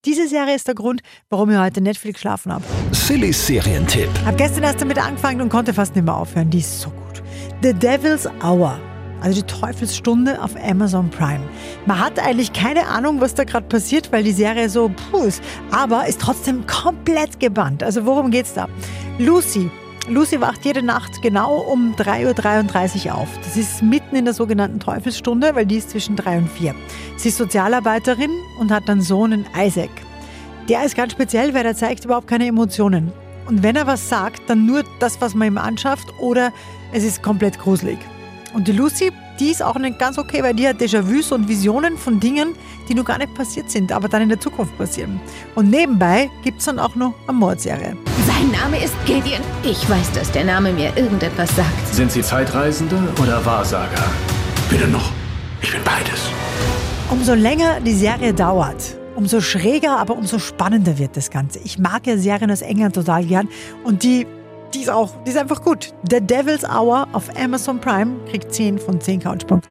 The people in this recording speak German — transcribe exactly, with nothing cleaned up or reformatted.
Diese Serie ist der Grund, warum ich heute nicht viel geschlafen habe. Sillys Serientipp. Hab gestern erst damit angefangen und konnte fast nicht mehr aufhören. Die ist so gut. The Devil's Hour. Also die Teufelsstunde auf Amazon Prime. Man hat eigentlich keine Ahnung, was da gerade passiert, weil die Serie so puh ist. Aber ist trotzdem komplett gebannt. Also worum geht's da? Lucy. Lucy wacht jede Nacht genau um drei Uhr dreiunddreißig auf. Das ist mitten in der sogenannten Teufelsstunde, weil die ist zwischen drei und vier. Sie ist Sozialarbeiterin und hat einen Sohn, in Isaac. Der ist ganz speziell, weil er zeigt überhaupt keine Emotionen. Und wenn er was sagt, dann nur das, was man ihm anschafft, oder es ist komplett gruselig. Und die Lucy, die ist auch nicht ganz okay, weil die hat Déjà-vus und Visionen von Dingen, die noch gar nicht passiert sind, aber dann in der Zukunft passieren. Und nebenbei gibt es dann auch noch eine Mordserie. Sein Name ist Gideon. Ich weiß, dass der Name mir irgendetwas sagt. Sind Sie Zeitreisende oder Wahrsager? Weder noch. Ich bin beides. Umso länger die Serie dauert, umso schräger, aber umso spannender wird das Ganze. Ich mag ja Serien aus England total gern und die, die ist auch, die ist einfach gut. The Devil's Hour auf Amazon Prime kriegt zehn von zehn Couchpunkten.